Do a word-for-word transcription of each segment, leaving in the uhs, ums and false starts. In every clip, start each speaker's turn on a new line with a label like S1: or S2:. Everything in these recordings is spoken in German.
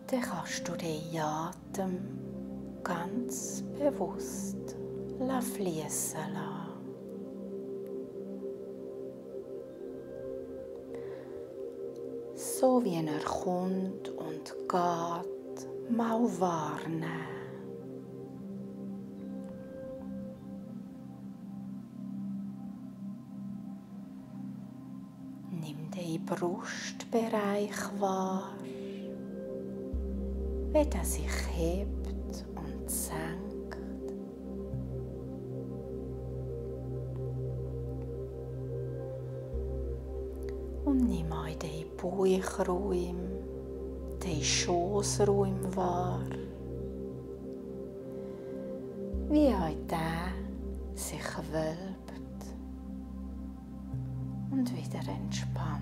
S1: dann kannst du den Atem ganz bewusst fließen lassen. So wie er kommt und geht, mal wahrnehmen. Nimm den Brustbereich wahr, wie er sich hebt und senkt. Und nimm auch den Bauchraum, den Schossraum wahr, wie auch der sich wölbt und wieder entspannt.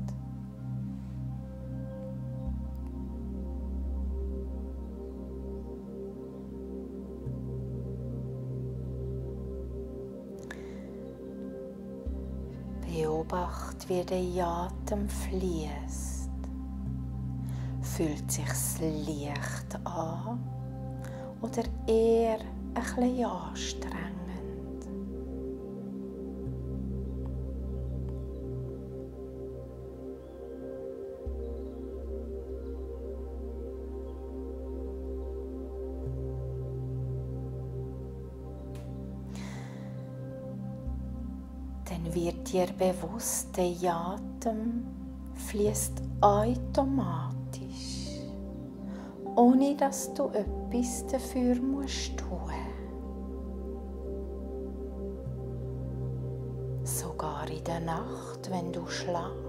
S1: Beobachte, wie der Atem fließt. Fühlt sich's leicht an oder eher ein bisschen anstrengend? Dann wird dir bewusst, der Atem fließt automatisch, ohne dass du etwas dafür musst tun. Sogar in der Nacht, wenn du schlafst.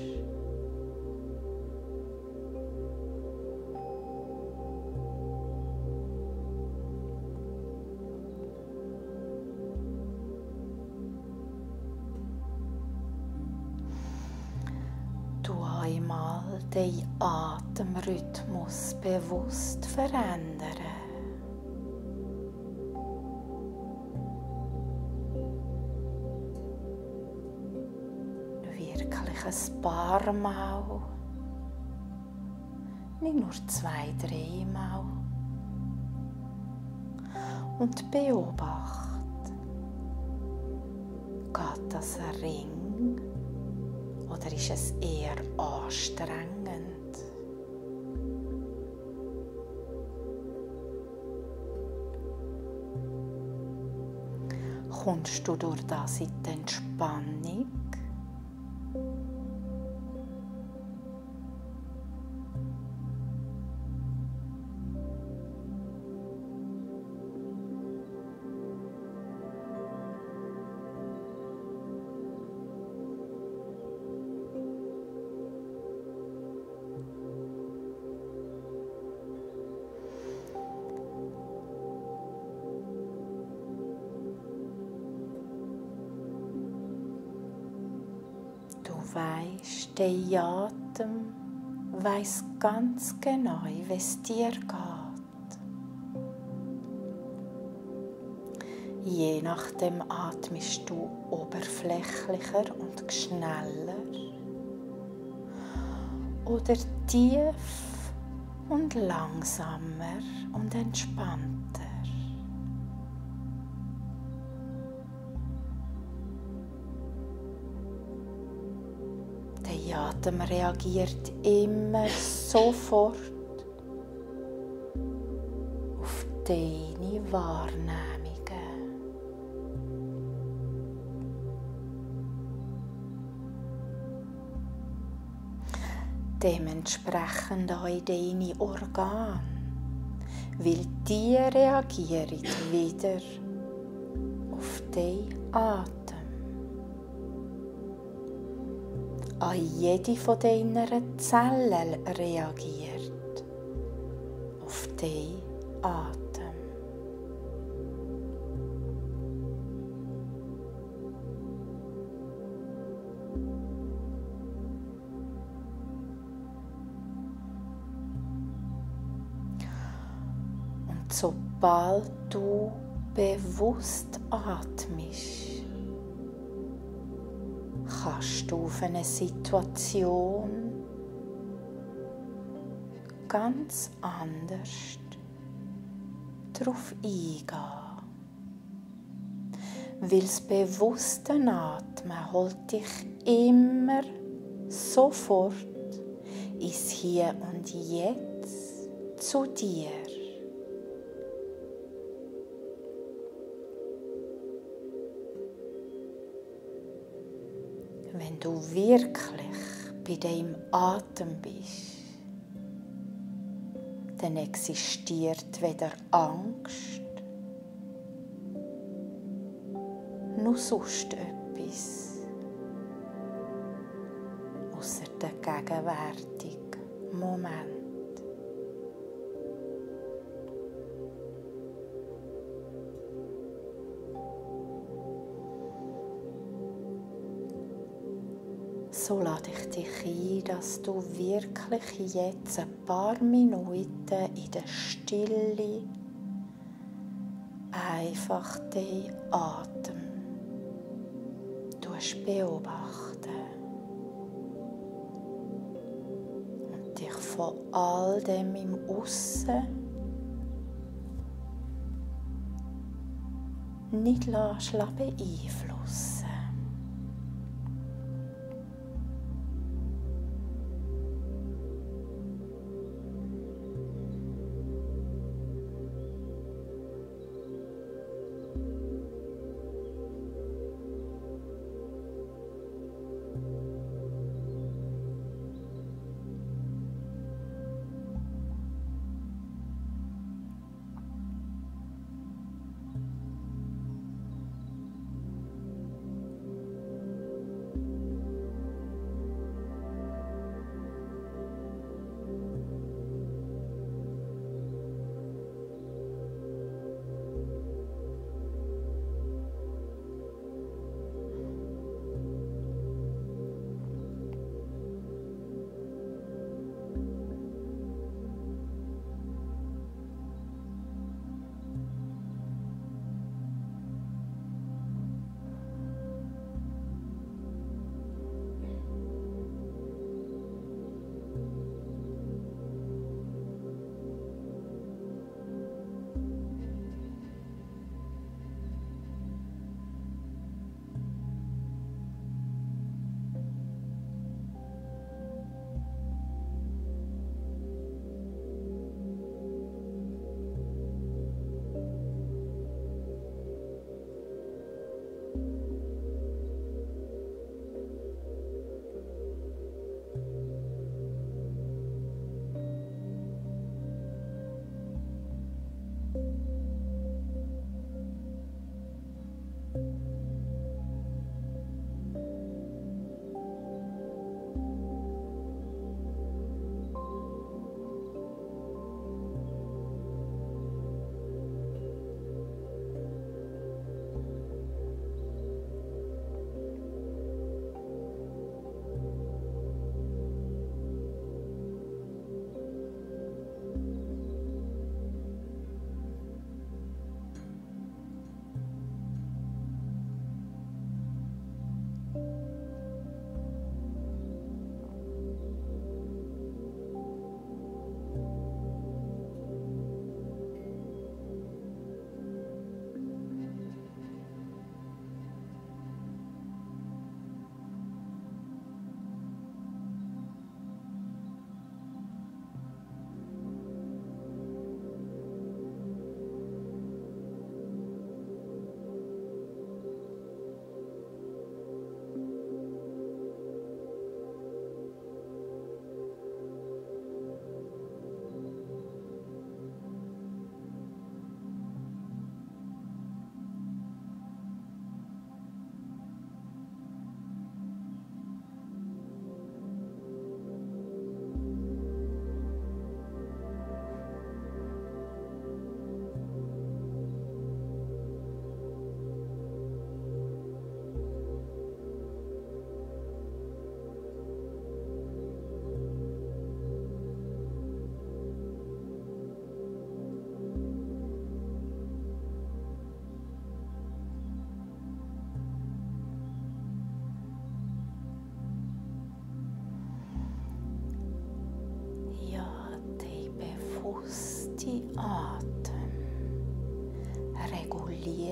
S1: Einmal den Atemrhythmus bewusst verändern. Wirklich ein paar Mal, nicht nur zwei, drei Mal. Und beobachte, geht das ein Ring? Oder ist es eher anstrengend? Kommst du durch das in die Entspannung? Du weisst, der Atem weiss ganz genau, wie es dir geht. Je nachdem atmest du oberflächlicher und schneller oder tief und langsamer und entspannter. Der Atem reagiert immer sofort auf deine Wahrnehmungen. Dementsprechend auch deine Organe, weil die reagieren wieder auf den Atem. Auch jede von deinen Zellen reagiert auf den Atem. Und sobald du bewusst atmest, kannst du auf eine Situation ganz anders darauf eingehen. Weil das bewusste Atmen holt dich immer sofort ins Hier und Jetzt zu dir. Wenn du wirklich bei deinem Atem bist, dann existiert weder Angst noch sonst etwas, ausser der gegenwärtigen Moment. So lade ich dich ein, dass du wirklich jetzt ein paar Minuten in der Stille einfach den Atem beobachten und dich von all dem im Aussen nicht beeinflussen.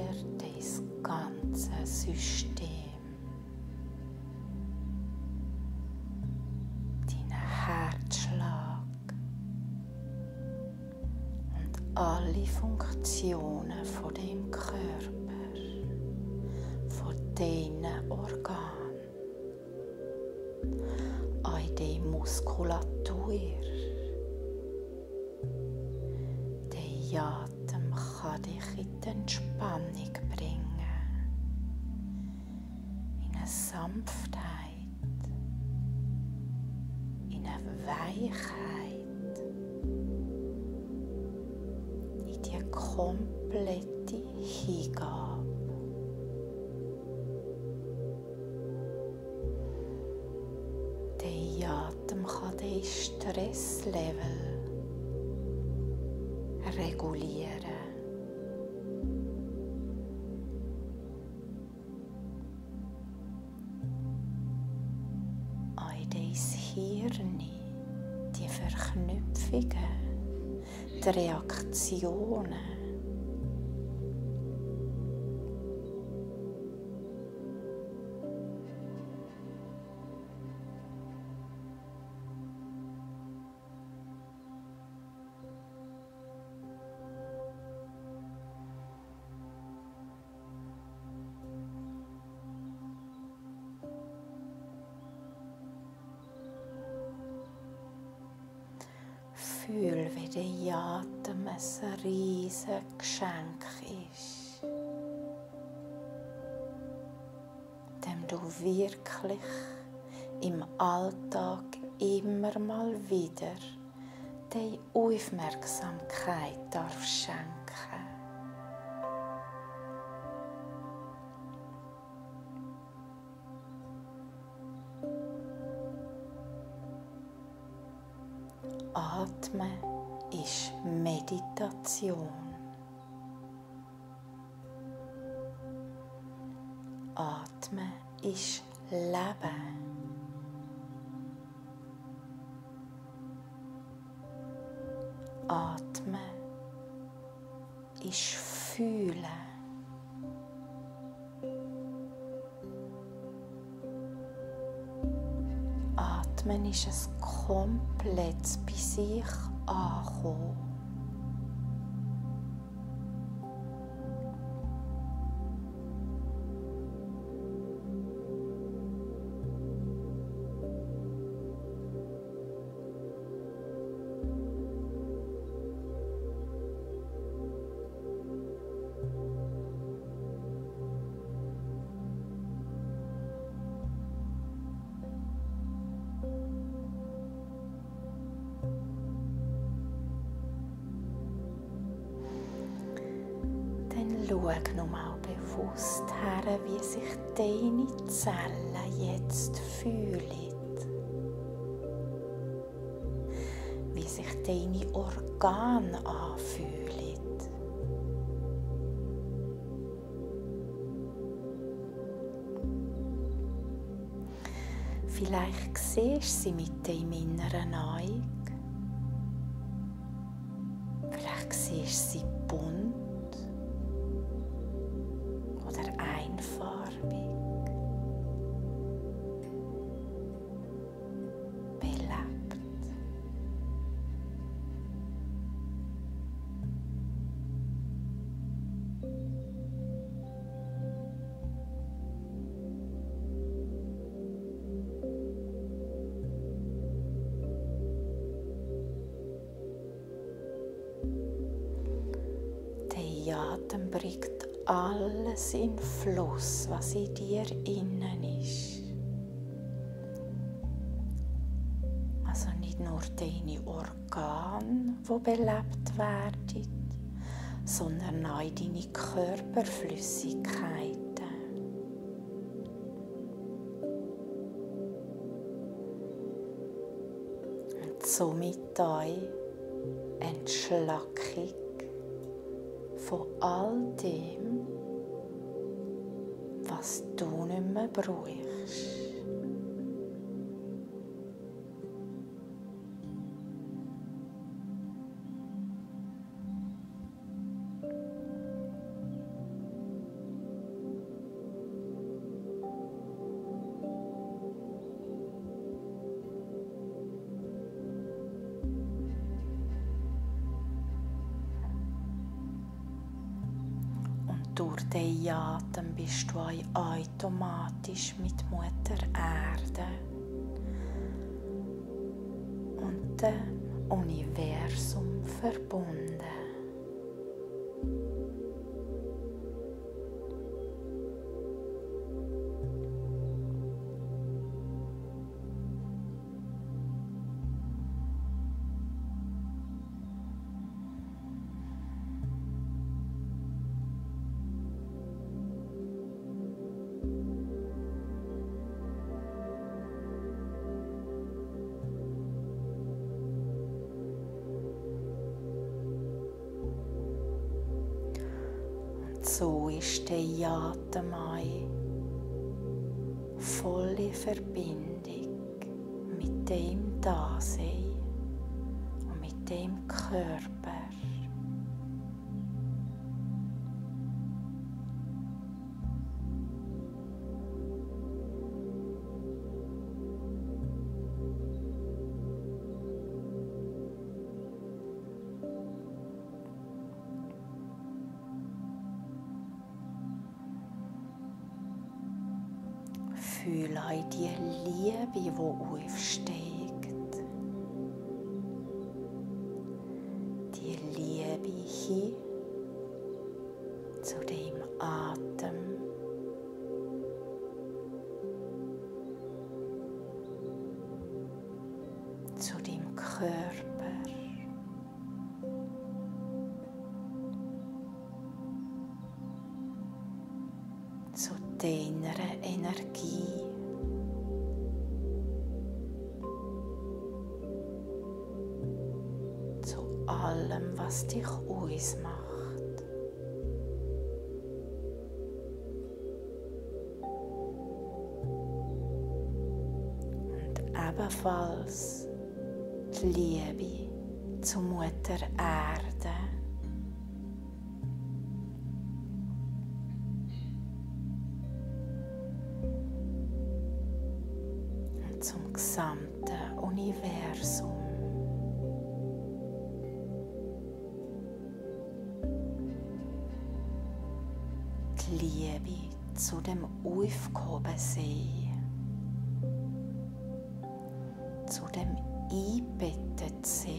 S1: dein ganzes System, deinen Herzschlag und alle Funktionen von deinem Körper, von deinen Organen, all die Muskulatur. Der Atem kann dich in die Entspannung bringen, in eine Sanftheit, in eine Weichheit, in die komplette Hingabe. Der Atem kann den Stresslevel regulieren. All dein Hirn, die Verknüpfungen, die Reaktionen, fühl, wie der Atem ein riesiges Geschenk ist, dem du wirklich im Alltag immer mal wieder die Aufmerksamkeit darfst schenken. Atmen ist Meditation. Atmen ist Leben. Atmen ist Fühlen. Atmen ist ein komplettes bei sich ankommen. Schau noch mal bewusst her, wie sich deine Zellen jetzt fühlen. Wie sich deine Organe anfühlen. Vielleicht siehst du sie mit deinem inneren Auge. Vielleicht siehst du sie bunt. Einfarbig, belebt. Der Atem bringt alles in Fluss, was in dir innen ist. Also nicht nur deine Organe, die belebt werden, sondern auch deine Körperflüssigkeiten. Und somit auch Entschlackung von all dem, was du nicht mehr brauchst. durch den Atem bist du automatisch mit Mutter Erde und dem Universum verbunden. So ist der Atem ein volle Verbindung mit dem Dasein und mit dem Körper. Fühle auch die Liebe, die aufsteigt. Die Liebe hin zu dem Atem. Zu dem Körper. Zu deiner Energie. Zu allem, was dich ausmacht. Und ebenfalls die Liebe zu Mutter Erde. Zum gesamten Universum. Die Liebe zu dem Aufgehobensein, zu dem Einbettetsein,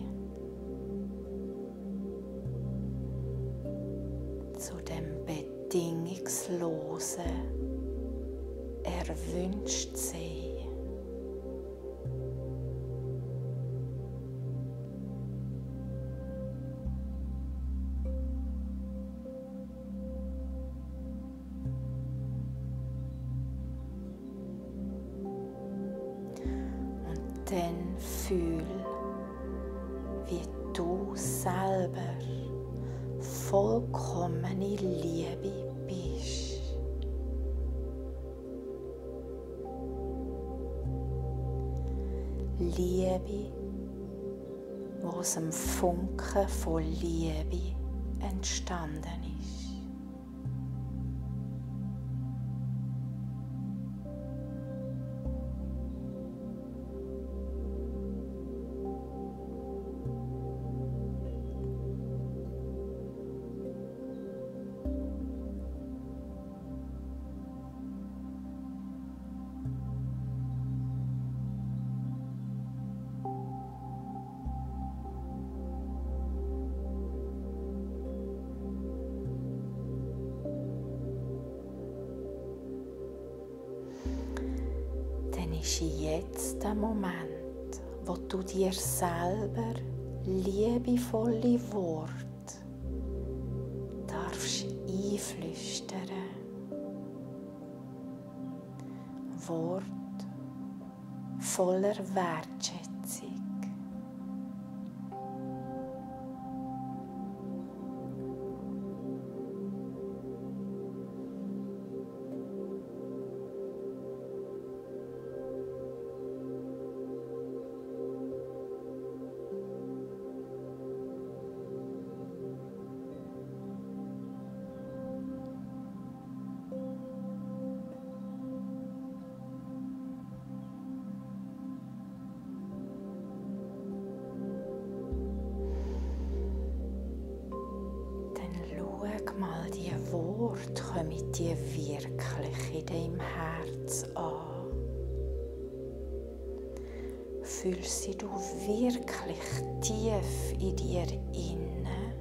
S1: zu dem bedingungslosen, Erwünschtsein. Dann fühl, wie du selber vollkommene Liebe bist. Liebe, die aus dem Funken von Liebe entstanden ist. Ist jetzt der Moment, wo du dir selber liebevolle Worte darfst einflüstern. Worte voller Wertschätzung. Worte kommen dir wirklich in deinem Herz an. Fühlst sie du wirklich tief in dir inne?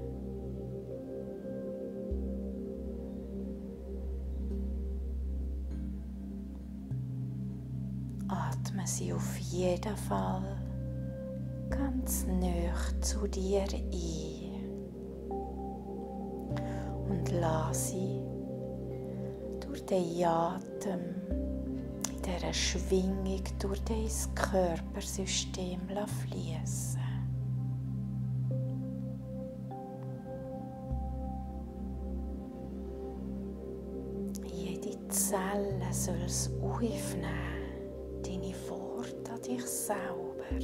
S1: Atme sie auf jeden Fall ganz nahe zu dir ein und lass sie durch den Atem in dieser Schwingung durch dein Körpersystem fließen. Jede Zelle soll es aufnehmen, deine Worte an dich selber.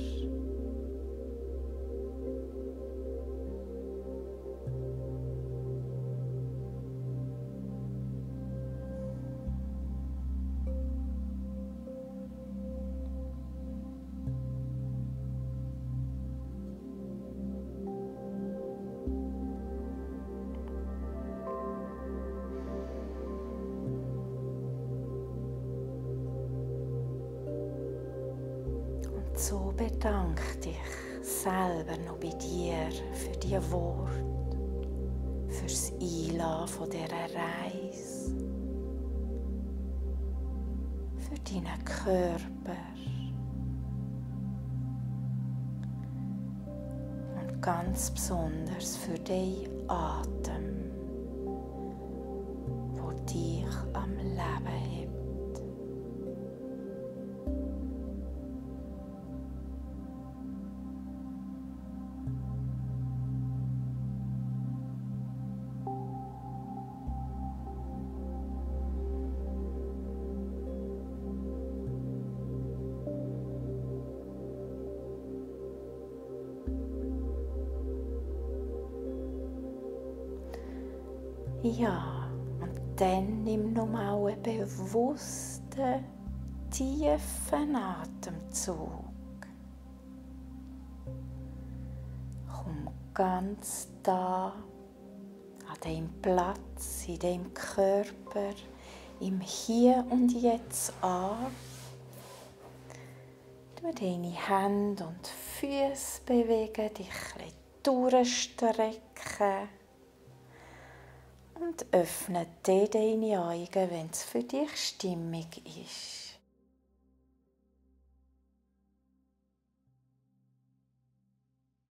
S1: So bedank dich selber noch bei dir für die Worte, fürs Einlassen von dieser Reise, für deinen Körper und ganz besonders für deinen Atem, der dich am Leben hält. Ja, und dann nimm nochmal einen bewussten, tiefen Atemzug. Komm ganz da, an deinem Platz, in deinem Körper, im Hier und Jetzt an. Du deine Hände und Füße bewegen, dich ein bisschen durchstrecken. Und öffne dir deine Augen, wenn es für dich stimmig ist.